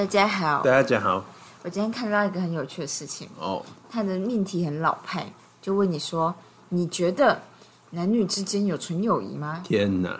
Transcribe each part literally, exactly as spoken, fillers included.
大家好， 大家好。 我今天看到一个很有趣的事情哦， 它的命题很老派，就问你说，你觉得男女之间有纯友谊吗？ 天哪！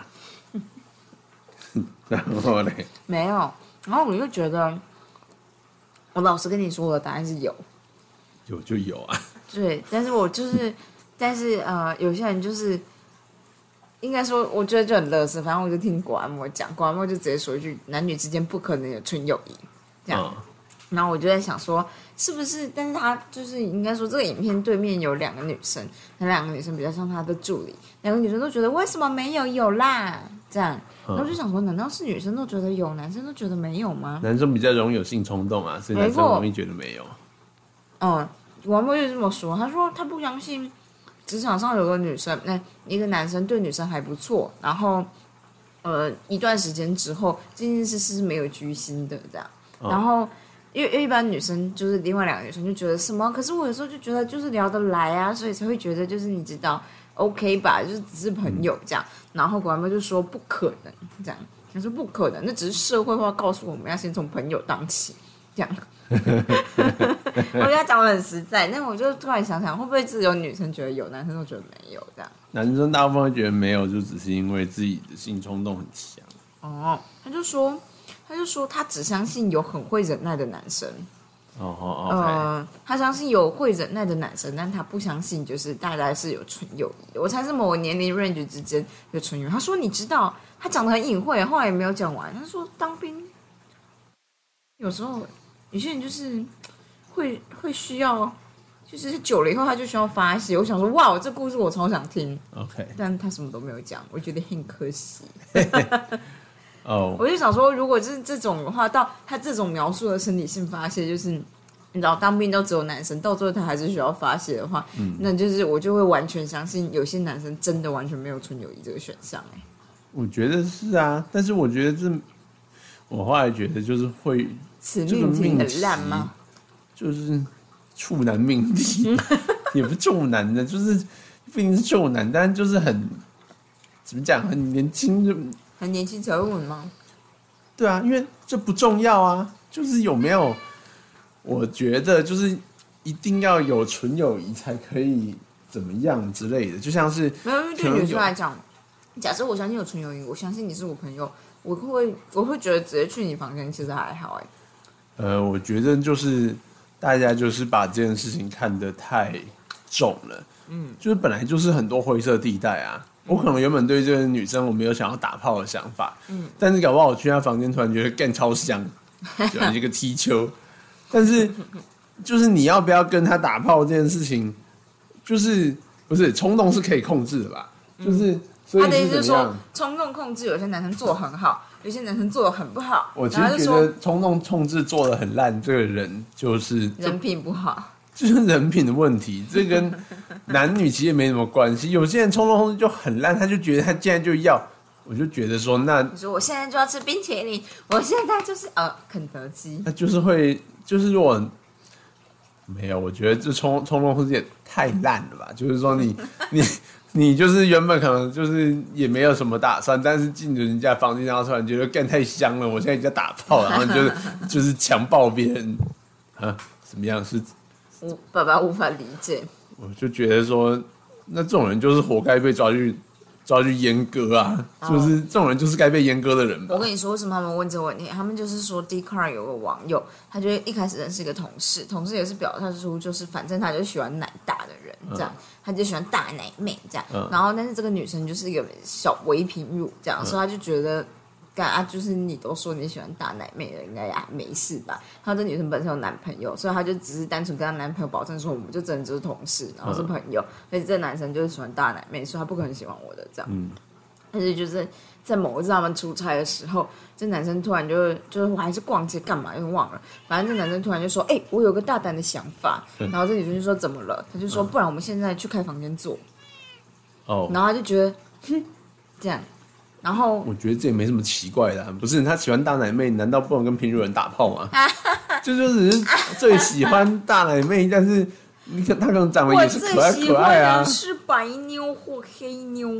然后呢？ 没有，然后我就觉得，我老实跟你说，我的答案是有， 有就有啊。 对，但是我就是，但是呃，有些人就是。应该说，我觉得就很垃圾。反正我就听果安莫讲，果安莫就直接说一句：“男女之间不可能有纯友谊。”这样、嗯，然后我就在想说，是不是？但是他就是应该说，这个影片对面有两个女生，那两个女生比较像他的助理，两个女生都觉得为什么没有有啦？这样，然后我就想说，难道是女生都觉得有，男生都觉得没有吗？ 男生比较容易有性衝動啊，所以男生容易觉得没有。 嗯，果安莫就这么说，他说他不相信。职场上有个女生，那一个男生对女生还不错，然后呃一段时间之后，这件事是没有居心的这样。哦、然后因为一般女生就是另外两个女生就觉得什么，可是我有时候就觉得就是聊得来啊，所以才会觉得就是你知道 OK 吧，就是只是朋友这样。然后果然就说不可能这样，他说不可能，那只是社会化告诉我们要先从朋友当起这样。我觉得他讲的很实在，但我就突然想想，会不会只有女生觉得有，男生都觉得没有这样？ 男生大部分会觉得没有，就只是因为自己的性冲动很强。 哦，他就说，他就说他只相信有很会忍耐的男生。 哦哦， 呃，他相信有会忍耐的男生，但他不相信就是大家是有纯友谊的。我猜是某个年龄 range 之间有纯友谊。他说你知道，他讲的很隐晦，后来也没有讲完。他说当兵有时候有些人就是会会需要，就是久了以后他就需要发泄。我想说，哇，这故事我超想听。 OK， 但他什么都没有讲，我觉得很可惜。 哦， oh. 我就想说，如果是这种的话，到他这种描述的生理性发泄，就是你知道，当兵都只有男生，到最后他还是需要发泄的话，嗯、那就是我就会完全相信，有些男生真的完全没有纯友谊这个选项。哎， 我觉得是啊，但是我觉得这，我后来觉得就是会。 此命题很烂吗？ 就是处男命题，也不是处男的，就是不一定是处男，但就是很怎么讲，很年轻就很年轻才会问吗？ 对啊，因为这不重要啊，就是有没有，我觉得就是一定要有纯友谊才可以怎么样之类的，就像是没有，因为对女生来讲，假设我相信有纯友谊，我相信你是我朋友，我会我会觉得直接去你房间其实还好哎、欸。 呃，我觉得就是大家就是把这件事情看得太重了，嗯，就是本来就是很多灰色地带啊。嗯、我可能原本对这个女生我没有想要打炮的想法，嗯，但是搞不好我去她房间突然觉得干超香，就一个踢球，但是就是你要不要跟她打炮这件事情，就是不是冲动是可以控制的吧？就是。嗯所以他的意思是说，冲动控制有些男生做得很好，有些男生做得很不好。 我其实觉得冲动控制做得很烂，这个人就是人品不好， 就是人品的问题。这跟男女其实也没什么关系。有些人冲动控制就很烂，他就觉得他现在就要，我就觉得说，那你说我现在就要吃冰淇淋，我现在就是呃肯德基， 他就是会，就是如果没有，我觉得这冲冲动控制也太烂了吧？就是说你你。你就是原本可能就是也没有什么打算，但是进人家房间，然后突然觉得干太香了，我现在在打炮，然后你就是就是强暴别人啊，怎么样？是， 我爸爸无法理解。 我就觉得说，那这种人就是活该被抓去抓去阉割啊，哦、就是这种人就是该被阉割的人吧。 我跟你说，为什么他们问这个问题？他们就是说 ，Dcard 有个网友，他就一开始认识一个同事，同事也是表态出，就是反正他就喜欢奶大的人，这样。嗯他就喜欢大奶妹这样，嗯、然后但是这个女生就是一个小微平乳这样，嗯、所以他就觉得，干啊，就是你都说你喜欢大奶妹了，应该也没事吧？他这女生本身有男朋友，所以他就只是单纯跟她男朋友保证说，我们就真的就是同事，然后是朋友，而且这个男生就是喜欢大奶妹，所以他不可能喜欢我的这样。嗯、但是就是在某一次他们出差的时候，这男生突然就就是我还是逛街干嘛，有点忘了。反正这男生突然就说：“哎、欸，我有个大胆的想法。”然后这女生就说：“怎么了？”他就说：“不然我们现在去开房间做。”哦，然后他就觉得，哼，这样。然后我觉得这也没什么奇怪的、啊，不是他喜欢大奶妹，难道不能跟平乳人打炮吗？就就只是最喜欢大奶妹，但是你看他可能长得也是可爱可爱啊。 我最喜欢的是白妞或黑妞。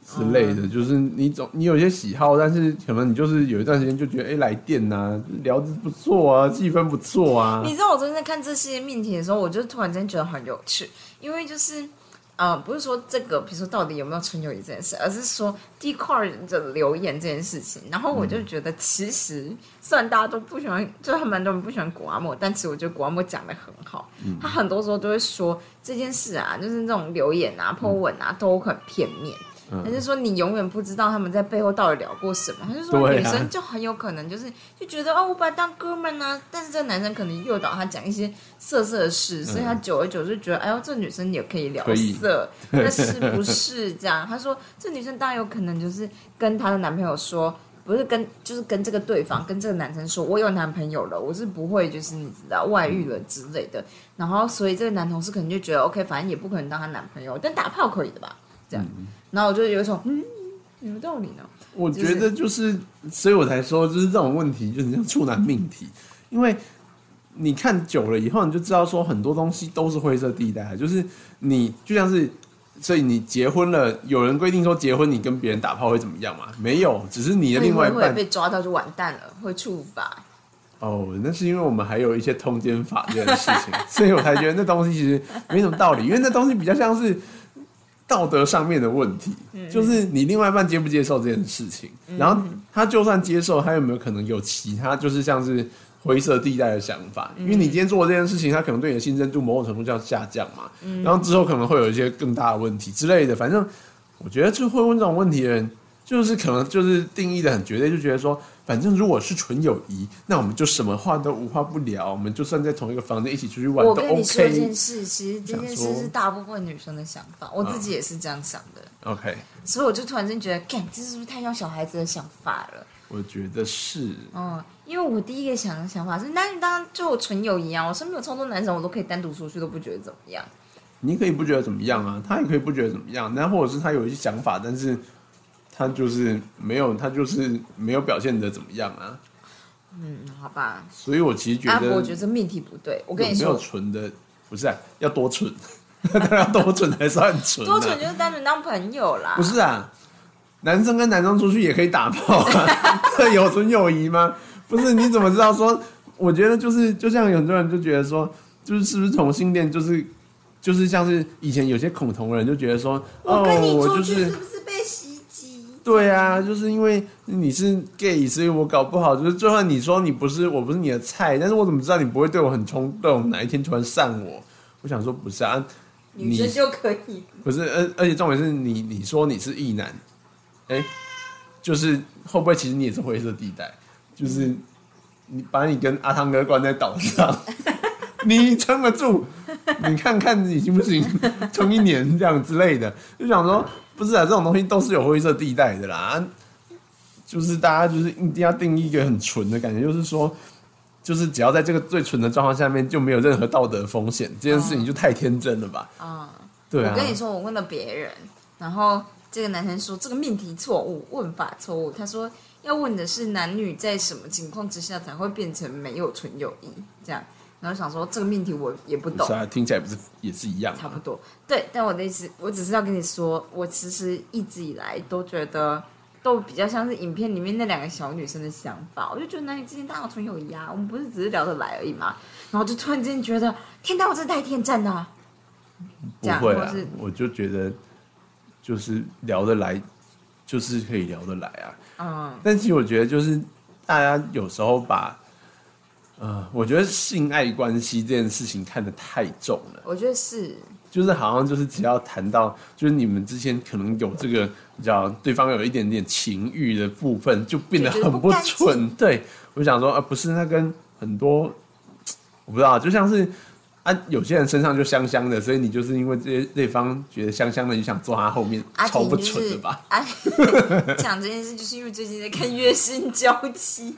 之类的，嗯、就是你总你有些喜好，但是可能你就是有一段时间就觉得，哎、欸，来电啊，聊得不错啊，气氛不错啊。 你知道我昨天在看这些命题的时候，我就突然间觉得很有趣，因为就是。呃，不是说这个，比如说到底有没有纯友谊这件事，而是说 Dcard 的留言这件事情。然后我就觉得，其实、嗯、虽然大家都不喜欢，就是蛮多人不喜欢古阿莫，但其实我觉得古阿莫讲的很好。嗯、他很多时候都会说这件事啊，就是那种留言啊、po 文啊，都很片面。嗯、他就说你永远不知道他们在背后到底聊过什么。他就说女生就很有可能就是就觉得哦，我把他当哥们啊，但是这个男生可能诱导他讲一些色色的事，所以他久而久之就觉得，哎呦，这女生也可以聊色，那是不是这样？他说这女生当然有可能就是跟她的男朋友说。不是跟就是跟这个对方跟这个男生说，我有男朋友了，我是不会就是你知道外遇了之类的。然后所以这个男同事可能就觉得 OK， 反正也不可能当她男朋友，但打炮可以的吧？这样，嗯、然后我就有一种嗯，有道理呢。 我觉得就是，就是、所以我才说，就是这种问题就是像处男命题，因为你看久了以后，你就知道说很多东西都是灰色地带，就是你就像是。所以你结婚了，有人规定说结婚你跟别人打炮会怎么样吗？没有，只是你的另外一半会被抓到就完蛋了，会处罚。 哦，那是因为我们还有一些通奸法这件事情，所以我才觉得那东西其实没什么道理，因为那东西比较像是道德上面的问题，嗯、就是你另外一半接不接受这件事情，嗯、然后他就算接受，他有没有可能有其他就是像是。灰色地带的想法，因为你今天做的这件事情，它可能对你的信任度某种程度上下降嘛，嗯、然后之后可能会有一些更大的问题之类的。反正我觉得，就会问这种问题的人，就是可能就是定义的很绝对，就觉得说，反正如果是纯友谊，那我们就什么话都无话不聊，我们就算在同一个房间一起出去玩都 OK。 我跟你说一件事，其实这件事是大部分女生的想法，我自己也是这样想的。 嗯、OK， 所以我就突然间觉得，干，这是不是太像小孩子的想法了？ 我觉得是， 嗯，因为我第一个想的想法是，那你当然就纯友谊啊，我身边有超多男生，我都可以单独出去，都不觉得怎么样。 你可以不觉得怎么样啊，他也可以不觉得怎么样，但或者是他有一些想法，但是他就是没有，他就是没有表现得怎么样啊。 嗯，好吧。 所以我其实觉得， 啊、我觉得这命题不对。我跟你说， 有没有纯的，不是、啊、要多纯，当然要多纯才算纯、啊。 多纯就是单纯当朋友啦。 不是啊。男生跟男生出去也可以打炮啊，有纯友谊吗？不是，你怎么知道说？我觉得就是，就像有很多人就觉得说，就是是不是同性恋，就是就是像是以前有些恐同人就觉得说， 我跟你出去是不是被袭击？ 对啊，就是因为你是 gay， 所以我搞不好就是，就算你说你不是，我不是你的菜，但是我怎么知道你不会对我很冲动，哪一天突然上我？我想说不是啊， 女生就可以， 不是，而而且重点是你你说你是异男。哎，就是会不会其实你也是灰色地带？就是你把你跟阿汤哥关在岛上，你撑得住？你看看你行不行？撑一年这样之类的，就想说不是啊，这种东西都是有灰色地带的啦。就是大家就是一定要定义一个很纯的感觉，就是说，就是只要在这个最纯的状况下面，就没有任何道德风险，这件事情就太天真了吧？ 啊、嗯， 对啊。 我跟你说，我问了别人，然后。这个男生说这个命题错误，问法错误。他说要问的是男女在什么情况之下才会变成没有纯友谊这样。然后想说这个命题我也不懂， 是啊，听起来不是也是一样吗？ 差不多。对，但我的意思，我只是要跟你说，我其实一直以来都觉得都比较像是影片里面那两个小女生的想法。我就觉得男女之间当然有纯友谊啊，我们不是只是聊得来而已嘛。然后就突然间觉得，天哪，我真的太天真了。 不会啊，我就觉得。就是聊得来，就是可以聊得来啊。嗯，但其实我觉得，就是大家有时候把，呃，我觉得性爱关系这件事情看得太重了。 我觉得是， 就是好像就是只要谈到，就是你们之间可能有这个，你知道，对方有一点点情欲的部分，就变得很不纯。对，我想说，啊，不是，那跟很多，我不知道，就像是。啊，有些人身上就香香的，所以你就是因为这些对方觉得香香的，你想坐他后面，超不纯的吧？啊， 讲这件事就是因为最近在看《月薪娇妻》。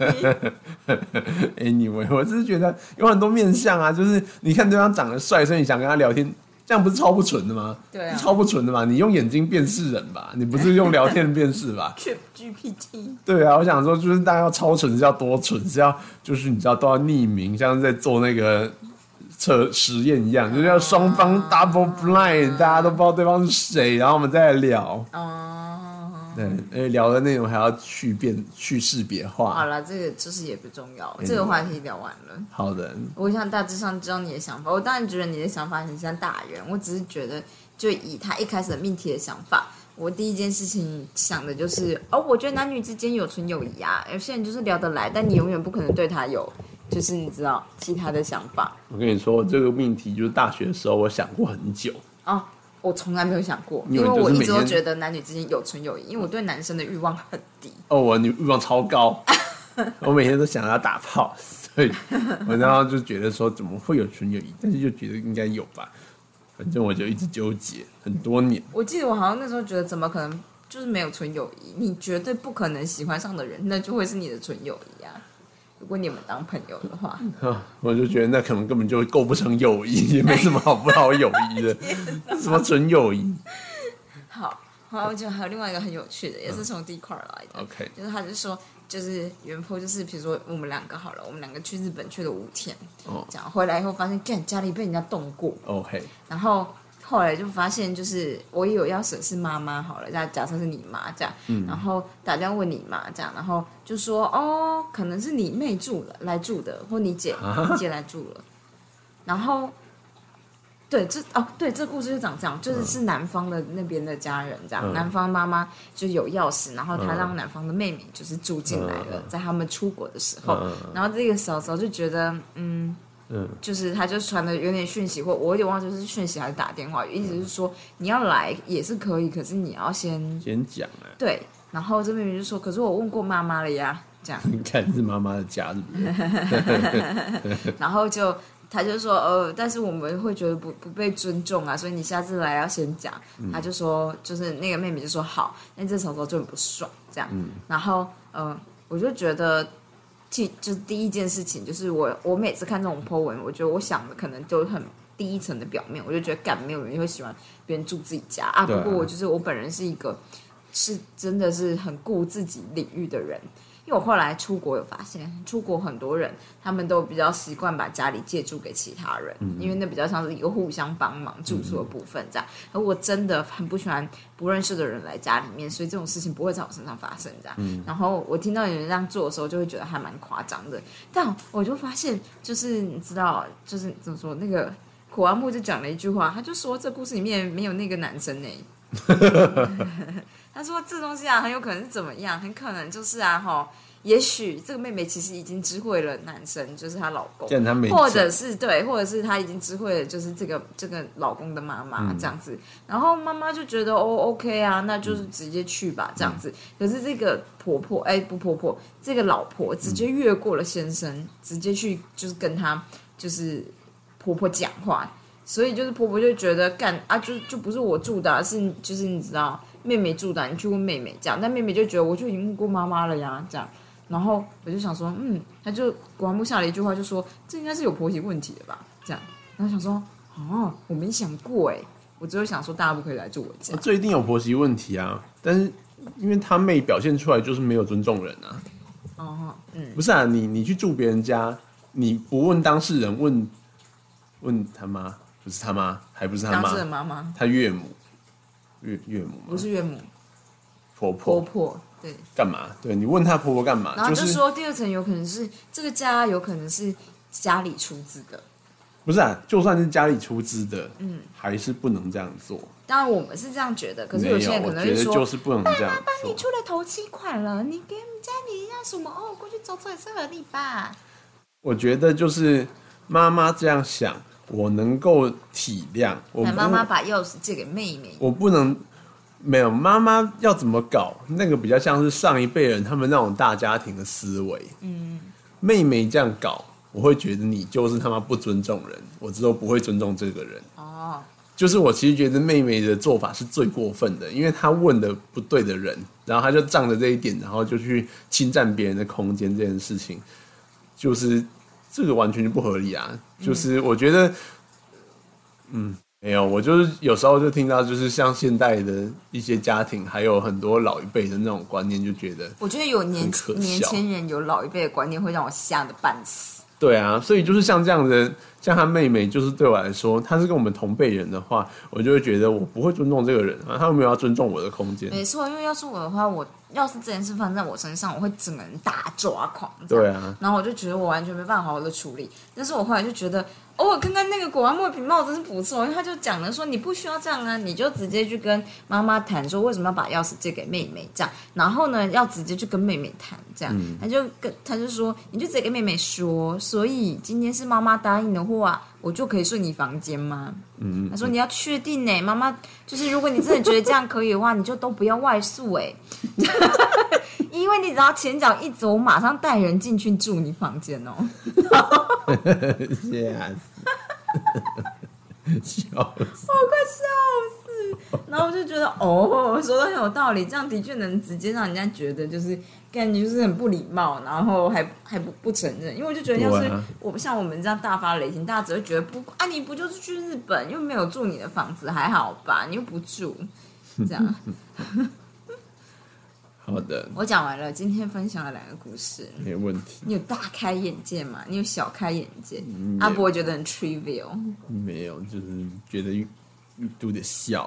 Anyway， 我只是觉得有很多面向啊，就是你看对方长得帅，所以你想跟他聊天，这样不是超不纯的吗？ 对啊， 超不纯的嘛！你用眼睛辨识人吧，你不是用聊天辨识吧 ？Chat G P T。对啊，我想说，就是大家要超纯是要多纯，是要就是你知道都要匿名，像是在做那个。测实验一样，就是要双方 double blind，、uh, 大家都不知道对方是谁，然后我们再来聊。 哦、 对，而且聊的内容还要去变去识别化。 好了，这个就是也不重要，这个话题聊完了。 好的， 我想大致上知道你的想法。我当然觉得你的想法很像大人，我只是觉得，就以他一开始的命题的想法，我第一件事情想的就是，哦，我觉得男女之间有纯友谊啊，有些人就是聊得来，但你永远不可能对他有，就是你知道其他的想法。 我跟你说，这个命题就是大学的时候我想过很久。 哦。我从来没有想过，因为我一直都觉得男女之间有纯友谊，因为我对男生的欲望很低。 哦，我欲望超高，我每天都想要打炮，所以我然后就觉得说怎么会有纯友谊，但是就觉得应该有吧，反正我就一直纠结很多年。 我记得我好像那时候觉得怎么可能就是没有纯友谊，你绝对不可能喜欢上的人，那就会是你的纯友谊啊。如果你们当朋友的话， 我就觉得那可能根本就构不成友谊，也没什么好不好友谊的，什么纯友谊。 好，然后我觉得还有另外一个很有趣的，也是从 Dcard 来的。 OK， 就是他就说，就是原坡，就是比如说我们两个好了，我们两个去日本去了五天，哦，这样回来以后发现，干家里被人家动过。 OK， 然后。后来就发现，就是我也有要审视妈妈好了，假假设是你妈这样，嗯、然后打电话问你妈这样，然后就说哦，可能是你妹住了来住的，或你姐、啊、你姐来住了，然后对这哦对，这故事就长这样，就是是男方的那边的家人这样，嗯、男方妈妈就有钥匙，然后他让男方的妹妹就是住进来了，嗯、在他们出国的时候，嗯、然后这个嫂嫂就觉得嗯。嗯，就是他就传的有点讯息，或我有点忘记是讯息还是打电话，意思是说你要来也是可以，可是你要先先讲啊。 对，然后这妹妹就说：“可是我问过妈妈了呀。”这样， 你看是妈妈的家，对不对？ 然后就他就说：“呃，但是我们会觉得不不被尊重啊，所以你下次来要先讲。嗯”他就说，就是那个妹妹就说好，那这嫂嫂就很不爽这样。嗯、然后嗯、呃，我就觉得。就是第一件事情，就是我我每次看这种 po 文，我觉得我想的可能就很第一层的表面，我就觉得干没有人会喜欢别人住自己家啊。不过我就是我本人是一个是真的是很顾自己领域的人，因为我后来出国有发现，出国很多人他们都比较习惯把家里借住给其他人，嗯、因为那比较像是一个互相帮忙住宿的部分这样。而我真的很不喜欢不认识的人来家里面，所以这种事情不会在我身上发生这样。嗯、然后我听到有人这样做的时候，就会觉得还蛮夸张的。但我就发现，就是你知道，就是怎么说，那个苦阿木就讲了一句话，他就说这故事里面没有那个男生呢、欸。他说这东西啊，很有可能是怎么样，很可能就是啊，哈，也许这个妹妹其实已经知会了男生，就是她老公，或者是对，或者是她已经知会了，就是这个这个老公的妈妈、嗯、这样子。然后妈妈就觉得哦 ，OK 啊，那就是直接去吧，这样子。可是这个婆婆，哎，不婆婆，这个老婆直接越过了先生，嗯、直接去就是跟她就是婆婆讲话，所以就是婆婆就觉得干啊，就就不是我住的、啊，是就是你知道。妹妹住的，你去问妹妹这样，但妹妹就觉得我就已经问过妈妈了呀，这样，然后我就想说，嗯，他就果然不下了一句话，就说这应该是有婆媳问题的吧，这样，然后想说，哦，我没想过哎，我只有想说大家不可以来住我家， 这一定有婆媳问题啊，但是因为他妹表现出来就是没有尊重人啊， 哦，嗯， 不是啊，你你去住别人家，你不问当事人，问问他妈，不是他妈，还不是他妈， 当事人妈妈， 他岳母。岳岳母吗？ 不是岳母， 婆婆婆婆对， 干嘛？对你问她婆婆干嘛？ 然后就说第二层有可能是这个家有可能是家里出资的， 不是啊？就算是家里出资的，嗯，还是不能这样做。 当然我们是这样觉得，可是有些人可能会说， 就是不能这样做。 爸爸帮你出了头期款了，你给家里要什么哦？过去走走也是合理吧？ 我觉得就是妈妈这样想。我能够体谅，我妈妈把钥匙借给妹妹， 我不能没有妈妈要怎么搞，那个比较像是上一辈人他们那种大家庭的思维。嗯，妹妹这样搞，我会觉得你就是他妈不尊重人，我之后不会尊重这个人。哦，就是我其实觉得妹妹的做法是最过分的，因为她问的不对的人，然后她就仗着这一点，然后就去侵占别人的空间，这件事情就是。这个完全就不合理啊！就是我觉得，嗯，没有，我就是有时候就听到，就是像现代的一些家庭，还有很多老一辈的那种观念，就觉得我觉得有年年轻人有老一辈的观念，会让我吓得半死。 对啊，所以就是像这样的，像他妹妹，就是对我来说，他是跟我们同辈人的话，我就会觉得我不会尊重这个人啊，他们没有要尊重我的空间。 没错，因为要是我的话，我要是这件事发生在我身上，我会整个人大抓狂。 对啊， 然后我就觉得我完全没办法好好的处理。但是我后来就觉得，哦，刚刚那个果然莫品帽真是不错，因为他就讲了说你不需要这样啊，你就直接去跟妈妈谈说为什么要把钥匙借给妹妹这样，然后呢要直接去跟妹妹谈这样，嗯、他就跟他就说你就直接跟妹妹说，所以今天是妈妈答应的话，我就可以睡你房间吗？嗯，他说你要确定呢、欸，妈妈就是如果你真的觉得这样可以的话，你就都不要外宿哎、欸，因为你只要前脚一走，我马上带人进去住你房间哦。 吓死，笑死， 我快笑死。然后我就觉得哦，说的很有道理，这样的确能直接让人家觉得就是感觉就是很不礼貌，然后还还不不承认，因为我就觉得要是我像我们这样大发雷霆，大家只会觉得不啊，你不就是去日本又没有住你的房子，还好吧，你又不住，这样。 好的， 我讲完了，今天分享了两个故事， 没问题。 你有大开眼界吗？你有小开眼界？嗯、阿伯觉得很 trivial， 没有，就是觉得有点笑。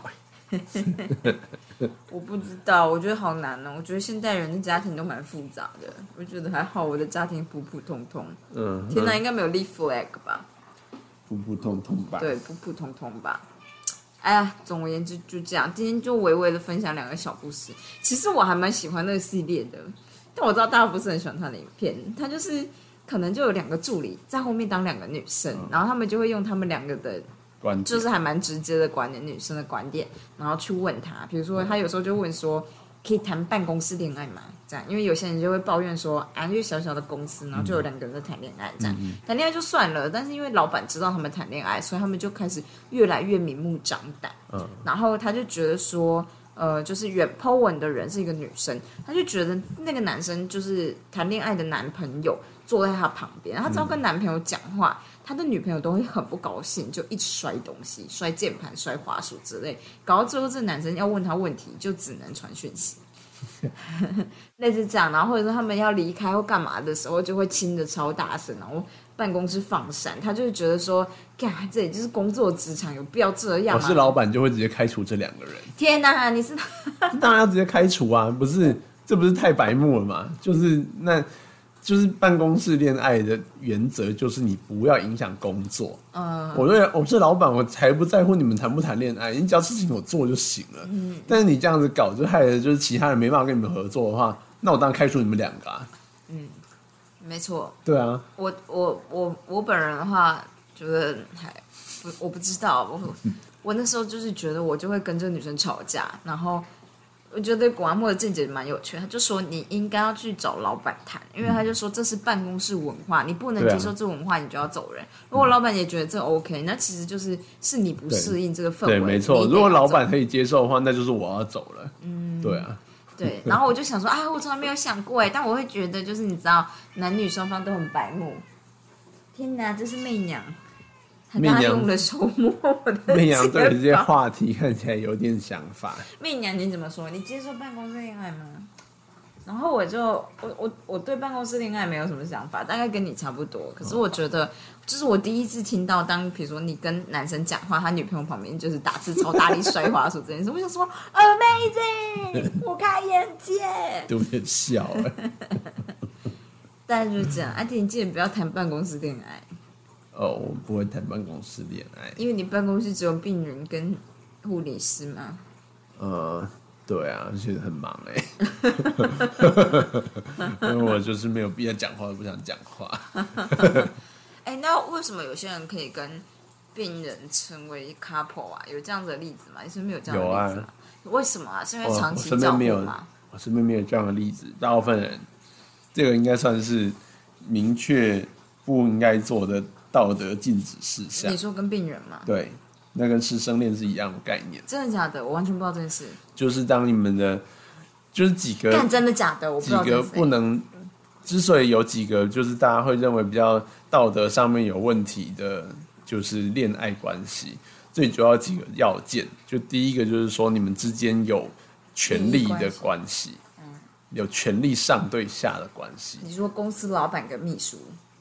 我不知道，我觉得好难哦。我觉得现代人的家庭都蛮复杂的，我觉得还好，我的家庭普普通通。嗯，天哪，应该没有立 flag 吧？ 普普通通吧？ 对，普普通通吧。哎呀，总而言之就这样。今天就微微的分享两个小故事。其实我还蛮喜欢那个系列的，但我知道大家不是很喜欢他的影片。他就是可能就有两个助理在后面当两个女生，嗯、然后他们就会用他们两个的。就是还蛮直接的观点，女生的观点，然后去问他，比如说他有时候就问说，可以谈办公室恋爱吗？这样，因为有些人就会抱怨说，啊，因为小小的公司，然后就有两个人在谈恋爱，这样、嗯、谈恋爱就算了，但是因为老板知道他们谈恋爱，所以他们就开始越来越明目张胆。嗯，然后他就觉得说，呃，就是原 po 文的人是一个女生，他就觉得那个男生就是谈恋爱的男朋友坐在他旁边，他只要跟男朋友讲话。嗯，他的女朋友都会很不高兴，就一直摔东西、摔键盘、摔滑鼠之类，搞到最后这男生要问他问题，就只能传讯息，类似这样。然后或者说他们要离开或干嘛的时候，就会亲得超大声，然后办公室放闪。他就会觉得说，干这里就是工作职场，有必要这样吗？ 我是老板就会直接开除这两个人。 天哪，你是当然要直接开除啊！不是，这不是太白目了吗？就是那。就是办公室恋爱的原则，就是你不要影响工作。嗯，我对我是老板，我才不在乎你们谈不谈恋爱，你只要事情我做就行了。嗯，但是你这样子搞，就害得就是其他人没办法跟你们合作的话，那我当然开除你们两个啊。 嗯，没错。 对啊， 我我我我本人的话，觉得还不我不知道，我我那时候就是觉得我就会跟这个女生吵架，然后。我觉得古阿莫的见解蛮有趣，他就说你应该要去找老板谈，因为他就说这是办公室文化，你不能接受这文化，你就要走人。如果老板也觉得这 OK， 那其实就是是你不适应这个氛围。 对，没错。如果老板可以接受的话，那就是我要走了。嗯，对啊。 对，然后我就想说啊，我从来没有想过哎，但我会觉得就是你知道，男女双方都很白目。天哪，这是媚娘。媚娘用的手摸我的媚娘对这些话题看起来有点想法。 媚娘你怎么说？你接受办公室恋爱吗？然后我就我我我对办公室恋爱没有什么想法，大概跟你差不多。可是我觉得，就是我第一次听到，当比如说你跟男生讲话，他女朋友旁边就是打字超大力摔滑鼠这件事，我想说 amazing， 我开眼界， 有点笑哎。 大概就是这样。阿弟，你记得不要谈办公室恋爱。 哦，我不会谈办公室恋爱， 因为你办公室只有病人跟护理师吗？ 呃，对啊，而且很忙哎、欸，因为我就是没有必要讲话，我不想讲话。 哎、欸，那为什么有些人可以跟病人成为 couple 啊？有这样子的例子吗？你身边有这样的例子吗？有啊、为什么啊？是因为长期照顾吗？ 我身边没有这样的例子，大部分人这个应该算是明确不应该做的。道德禁止事项， 你说跟病人吗？ 对，那跟师生恋是一样的概念。 真的假的？我完全不知道这件事。 就是当你们的，就是几个， 干真的假的？我不知道几个不能，之所以有几个，就是大家会认为比较道德上面有问题的，就是恋爱关系，最主要几个要件，就第一个就是说你们之间有权力的关系，嗯，有权力上对下的关系。 你说公司老板跟秘书？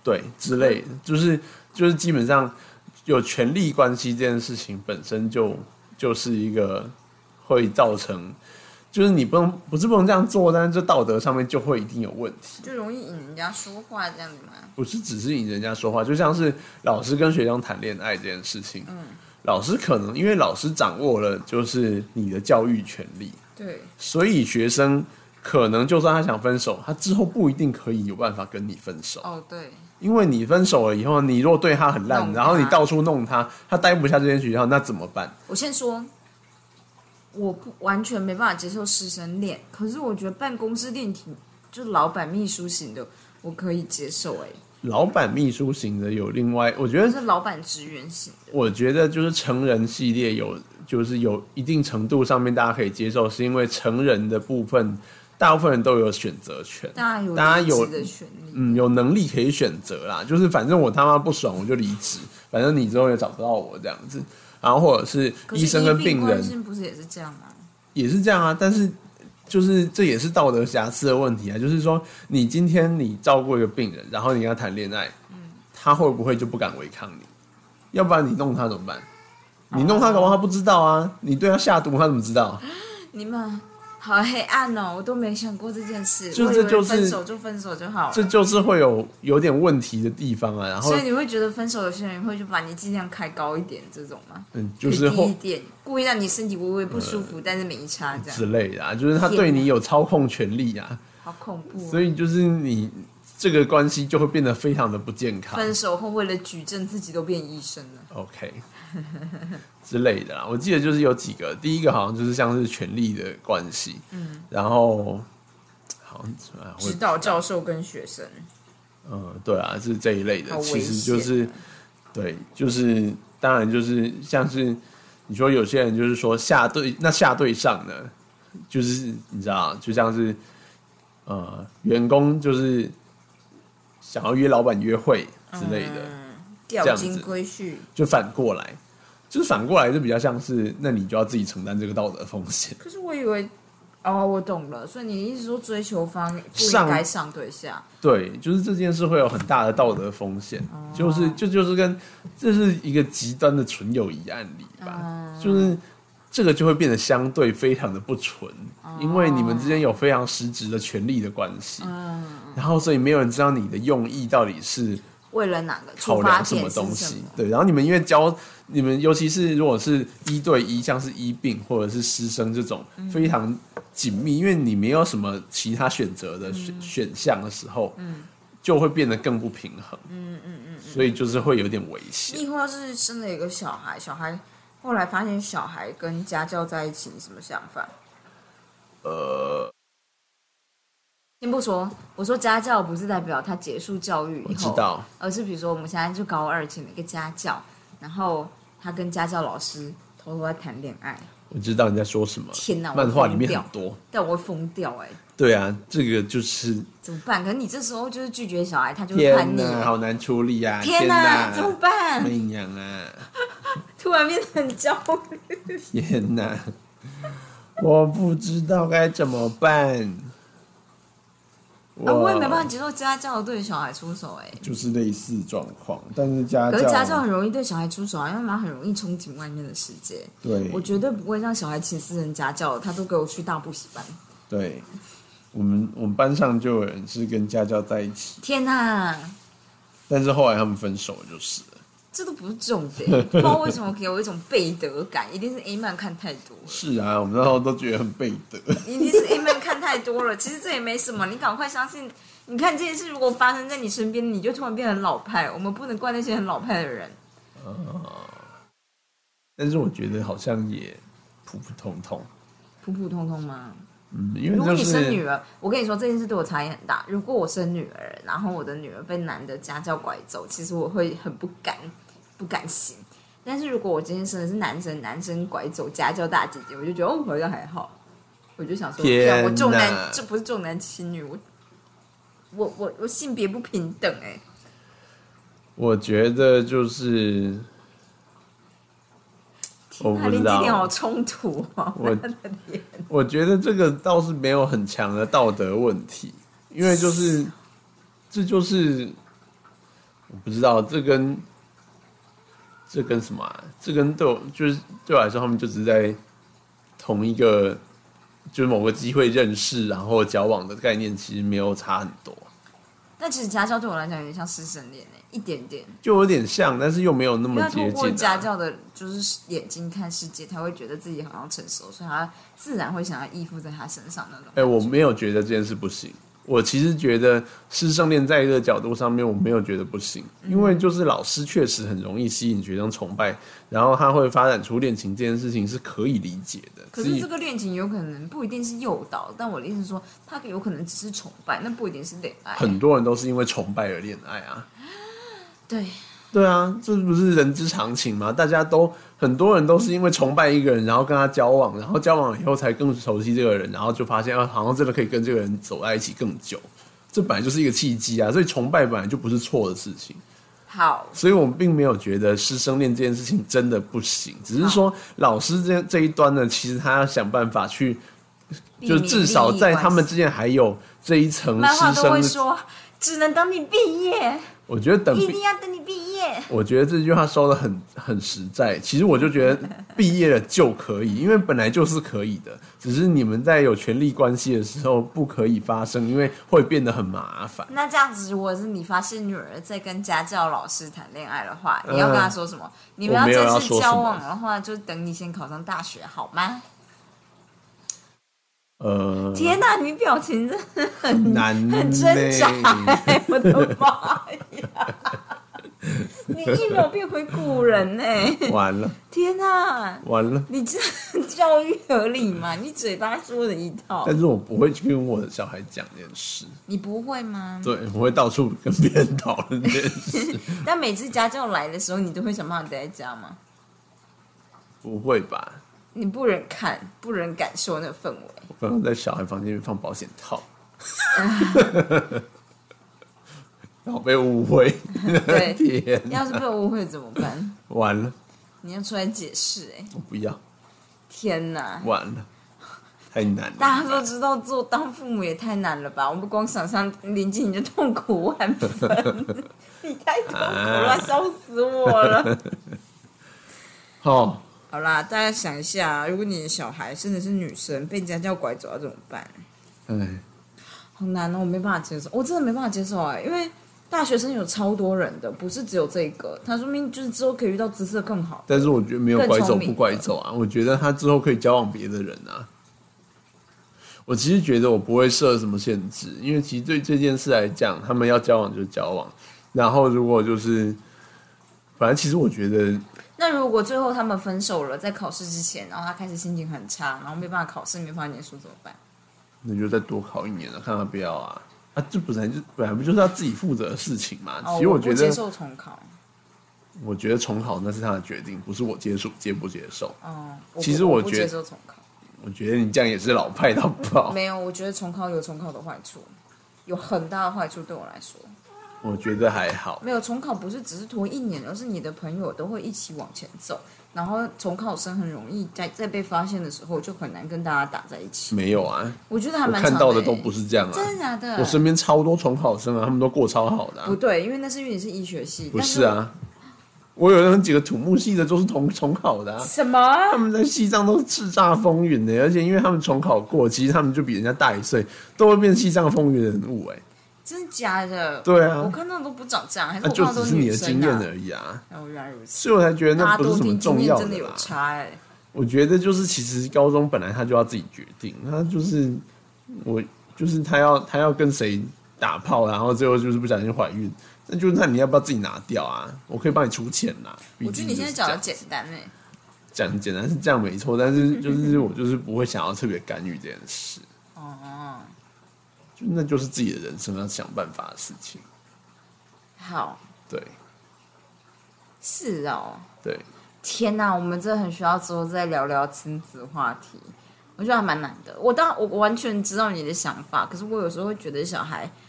对之类的，就是就是基本上有权力关系这件事情本身就就是一个会造成。就是你不能不是不能这样做，但是这道德上面就会一定有问题， 就容易引人家说话这样子吗？ 不是只是引人家说话，就像是老师跟学生谈恋爱这件事情，嗯，老师可能因为老师掌握了就是你的教育权利， 对， 所以学生可能就算他想分手，他之后不一定可以有办法跟你分手。 哦，对， 因为你分手了以后，你如果对他很烂，然后你到处弄他，他待不下这间学校，那怎么办？ 我先说。我不完全没办法接受师生恋，可是我觉得办公室恋挺就是老板秘书型的，我可以接受哎、欸。 老板秘书型的有另外，我觉得是老板职员型的。 我觉得就是成人系列有，就是有一定程度上面大家可以接受，是因为成人的部分，大部分人都有选择权， 大家有大家有的权利， 嗯，有能力可以选择啦。就是反正我他妈不爽我就离职，反正你之后也找不到我这样子。然后或者是医生跟病人， 可是不是也是这样吗？ 也是这样啊，但是就是这也是道德瑕疵的问题啊。就是说，你今天你照顾一个病人，然后你跟他谈恋爱，嗯，他会不会就不敢违抗你？要不然你弄他怎么办？你弄他，搞不好他不知道啊。你对他下毒，他怎么知道？ 你们好黑暗哦，我都没想过这件事。 就这就是分手就分手就好了， 这就是会有有点问题的地方啊。然后， 所以你会觉得分手有些人会就把你尽量开高一点这种吗？ 嗯，就是低一点，故意让你身体微微不舒服，呃、但是没差这样之类的啊。就是他对你有操控权利啊， 好恐怖、哦。 所以就是你这个关系就会变得非常的不健康。 分手后为了举证自己都变医生了 ，OK 之类的啦。我记得就是有几个，第一个好像就是像是权力的关系，嗯，然后好像指导教授跟学生， 嗯，对啊，是这一类的，其实就是对，就是当然就是像是你说有些人就是说下对，那下对上呢，就是你知道，就像是呃员工就是想要约老板约会之类的。嗯钓金龟婿， 就反过来，就是反过来就比较像是，那你就要自己承担这个道德风险。 可是我以为，哦，我懂了，所以你一直说追求方不应该上对下， 对，就是这件事会有很大的道德风险，哦、就是就就是跟这是一个极端的纯友谊案例吧，嗯、就是这个就会变得相对非常的不纯，哦、因为你们之间有非常实质的权利的关系，嗯、然后所以没有人知道你的用意到底是。 为了哪个考量什么东西？对，然后你们因为教你们，尤其是如果是一对一，像是医病或者是师生这种非常紧密，因为你没有什么其他选择的选、嗯、选项的时候，嗯，就会变得更不平衡。嗯嗯嗯，所以就是会有点危险。 你以后要是生了一个小孩，小孩后来发现小孩跟家教在一起，你什么想法？呃。先不说，我说家教不是代表他结束教育以后， 我知道， 而是比如说我们现在就高二请了一个家教，然后他跟家教老师偷偷在谈恋爱。 我知道你在说什么。 天哪， 漫画里面很多， 但我会疯掉哎、欸。 对啊，这个就是怎么办？可是你这时候就是拒绝小孩，他就会叛逆， 好难处理啊！ 天哪，怎么办？ 怎么样啊？ 突然变得很焦虑。 天哪，我不知道该怎么办。 啊，我也没办法接受家教对小孩出手、欸，哎， 就是类似状况，但是家教， 可是家教很容易对小孩出手啊，因为妈很容易憧憬外面的世界。 对， 我绝对不会让小孩请私人家教，他都给我去大补习班。 对，我们我们班上就有人是跟家教在一起。 天哪！ 但是后来他们分手就是了。 这都不是重点，不知道为什么给我一种背德感，一定是 A 漫看太多了。 是啊，我们那时候都觉得很背德。 一定是 A 漫看太多了，其实这也没什么，你赶快相信。你看这件事如果发生在你身边，你就突然变得很老派。我们不能怪那些很老派的人。呃、 但是我觉得好像也普普通通。 普普通通吗？ 嗯，因为、就是、 如果你生女儿，我跟你说这件事对我差异很大。如果我生女儿，然后我的女儿被男的家教拐走，其实我会很不甘。不敢行，但是如果我今天生的是男生，男生拐走家教大姐姐，我就觉得哦，好像还好。我就想说，天我重男，这不是重男轻女，我我我我性别不平等哎、欸。 我觉得就是，我不知道， 这点好冲突哦。 我我觉得这个倒是没有很强的道德问题，因为就是这就是。 我不知道这跟这跟什么、啊？这跟对我就是对我来说，他们就只是在同一个就是某个机会认识，然后交往的概念，其实没有差很多。 但其实家教对我来讲有点像师生恋诶，一点点， 就有点像，但是又没有那么接近、啊。 因为透过家教的，就是眼睛看世界，他会觉得自己好像成熟，所以他自然会想要依附在他身上那种。 哎、欸，我没有觉得这件事不行。我其实觉得师生恋在这个角度上面，我没有觉得不行，因为就是老师确实很容易吸引学生崇拜，然后他会发展出恋情这件事情是可以理解的。 可是这个恋情有可能不一定是诱导，但我的意思是说，他有可能只是崇拜，那不一定是恋爱。 很多人都是因为崇拜而恋爱啊。 对。 对啊，这不是人之常情吗？大家都很多人都是因为崇拜一个人，然后跟他交往，然后交往以后才更熟悉这个人，然后就发现啊，好像真的可以跟这个人走在一起更久。这本来就是一个契机啊，所以崇拜本来就不是错的事情。 好， 所以我们并没有觉得师生恋这件事情真的不行，只是说老师这这一端呢，其实他要想办法去，就至少在他们之间还有这一层师生。 漫画都会说，只能等你毕业。 我觉得等一定要等你毕业。 我觉得这句话说的很很实在。其实我就觉得毕业了就可以，因为本来就是可以的，只是你们在有权利关系的时候不可以发生，因为会变得很麻烦。 那这样子，如果是你发现女儿在跟家教老师谈恋爱的话，你要跟她说什么？嗯、你们要正式交往的话，就等你先考上大学，好吗？ 呃， 天哪，你表情真的很难， 很挣扎、欸，我的妈呀！你一秒变回古人呢、欸！ 完了！ 天哪， 完了！ 你这教育合理吗？你嘴巴说的一套， 但是我不会去跟我的小孩讲这件事。 你不会吗？ 对，我会到处跟别人讨论这件事。 但每次家教来的时候，你都会想办法待在家吗？ 不会吧？ 你不忍看，不忍感受那个氛围。 我刚刚在小孩房间里面放保险套，然后被误会。 对， 天， 要是被误会怎么办？ 完了， 你要出来解释哎、欸！ 我不要。 天哪， 完了，太难了。 大家都知道做当父母也太难了吧？我们光想象林静你就痛苦万分，你太痛苦了，啊、笑死我了。 哦。 好啦，大家想一下，如果你的小孩真的是女生，被家教拐走要怎么办？ 哎， 好难哦，我没办法接受，我真的没办法接受哎，因为大学生有超多人的，不是只有这个，他说明就是之后可以遇到姿色更好。 但是我觉得没有拐走不拐走啊，我觉得他之后可以交往别的人啊。我其实觉得我不会设什么限制，因为其实对这件事来讲，他们要交往就交往，然后如果就是，反正其实我觉得。 那如果最后他们分手了，在考试之前，然后他开始心情很差，然后没办法考试，没办法念书怎么办？ 那就再多考一年了，看他不要啊！啊，这本来就本来不就是要自己负责的事情嘛？ 哦、 其实我觉得， 我不接受重考。 我觉得重考那是他的决定，不是我接受接不接受。 哦， 其实我觉得，我不接受重考。 我觉得你这样也是老派到爆。 没有，我觉得重考有重考的坏处，有很大的坏处对我来说。 我觉得还好， 没有重考不是只是拖一年，而是你的朋友都会一起往前走，然后重考生很容易在在被发现的时候就很难跟大家打在一起。 没有啊， 我觉得还蛮、欸、 我看到的都不是这样啊， 真的假的？ 我身边超多重考生啊，他们都过超好的、啊。 不对，因为那是因为你是医学系， 不是啊。我有几个土木系的都是重重考的啊， 什么？ 他们在系上都是叱咤风云的，而且因为他们重考过，其实他们就比人家大一岁，都会变系上风云的人物哎、欸。 真的假的？ 对啊， 我看到都不长这样，还是我看到都是女生啊？那就只是你的经验而已啊。 哦，原来如此。 所以我才觉得那不是什么重要的啦。 真的有差哎、欸。 我觉得就是其实高中本来他就要自己决定，他就是我就是他要他要跟谁打炮，然后最后就是不小心怀孕，那就是那你要不要自己拿掉啊？我可以帮你出钱啦。 我觉得你现在讲的简单哎、欸。 讲简单是这样没错，但是就是我就是不会想要特别干预这件事。 哦。 就那就是自己的人生要想办法的事情。 好， 对， 是哦， 对。 天哪，我们真的很需要之后再聊聊亲子话题，我觉得还蛮难的。我当我完全知道你的想法，可是我有时候会觉得小孩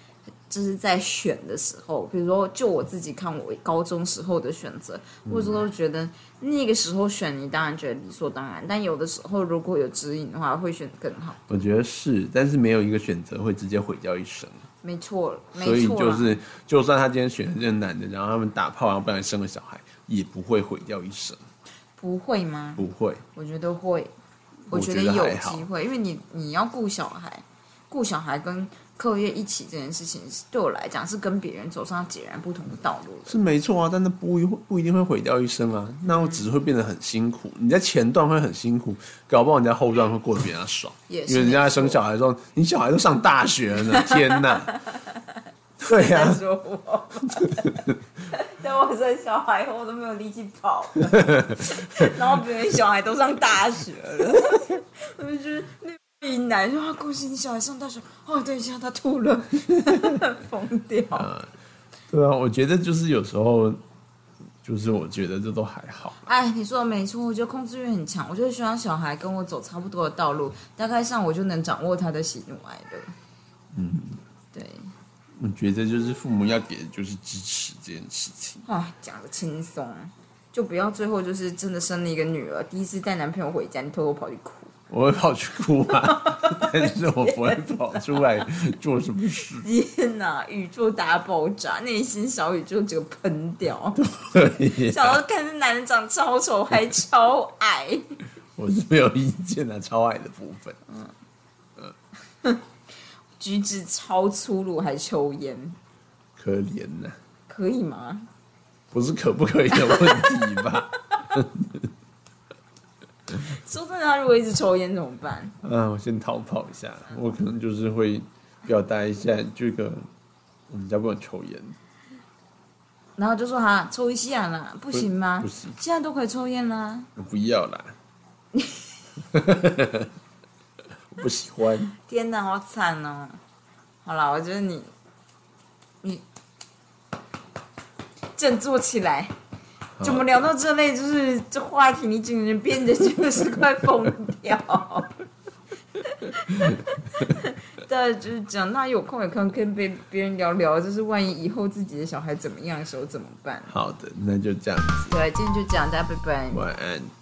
就是在选的时候，比如说就我自己看我高中时候的选择，或者都觉得那个时候选你当然觉得理所当然，但有的时候如果有指引的话，会选更好。 我觉得是，但是没有一个选择会直接毁掉一生。 没错，没错，所以错就是，就算他今天选的这个男的，然后他们打炮，然后不然生了小孩，也不会毁掉一生。 不会吗？ 不会， 我觉得会，我觉得有机会，因为你你要顾小孩，顾小孩跟课业一起这件事情，对我来讲是跟别人走上截然不同的道路的。 是没错啊，但那不不一定会毁掉一生啊，那我只是会变得很辛苦。你在前段会很辛苦，搞不好人家后段会过得比人家爽，因为人家在生小孩的时候，你小孩都上大学了呢，天哪！对呀、啊， 说我，等我生小孩后，我都没有力气跑，然后别人小孩都上大学了，我就觉得那一男说：“恭喜你小孩上大学。”哦，等一下，他吐了，疯掉、呃。 对啊，我觉得就是有时候，就是我觉得这都还好。 哎，你说的没错，我觉得控制欲很强，我就希望小孩跟我走差不多的道路，大概上我就能掌握他的喜怒哀乐。嗯，对。 我觉得就是父母要给的就是支持这件事情啊，讲的轻松，就不要最后就是真的生了一个女儿，第一次带男朋友回家，你偷偷跑去哭。 我会跑去哭啊，但是我不会跑出来做什么事。 天哪，宇宙大爆炸，内心小宇宙整个喷掉。 对， 想要看这男人长超丑还超矮， 我是没有意见的，超矮的部分。嗯嗯。举止超粗鲁，还抽烟， 可怜呐、啊！ 可以吗？ 不是可不可以的问题吧？ 说真的，他如果一直抽烟怎么办？ 啊，我先逃跑一下，我可能就是会表达一下这个我们家不能抽烟， 然后就说哈，抽一下啦，不行吗？ 不行， 现在都可以抽烟啦。 我不要啦。不喜欢。 天哪，好惨哦！好啦，我觉得你，你振作起来。怎么聊到这类就是这话题，你整个人变得就是快疯掉。对，就是讲，那有空也可以跟别别人聊聊，就是万一以后自己的小孩怎么样的时候怎么办？ 好的，那就这样子。 对，今天就这样，大家拜拜。 晚安。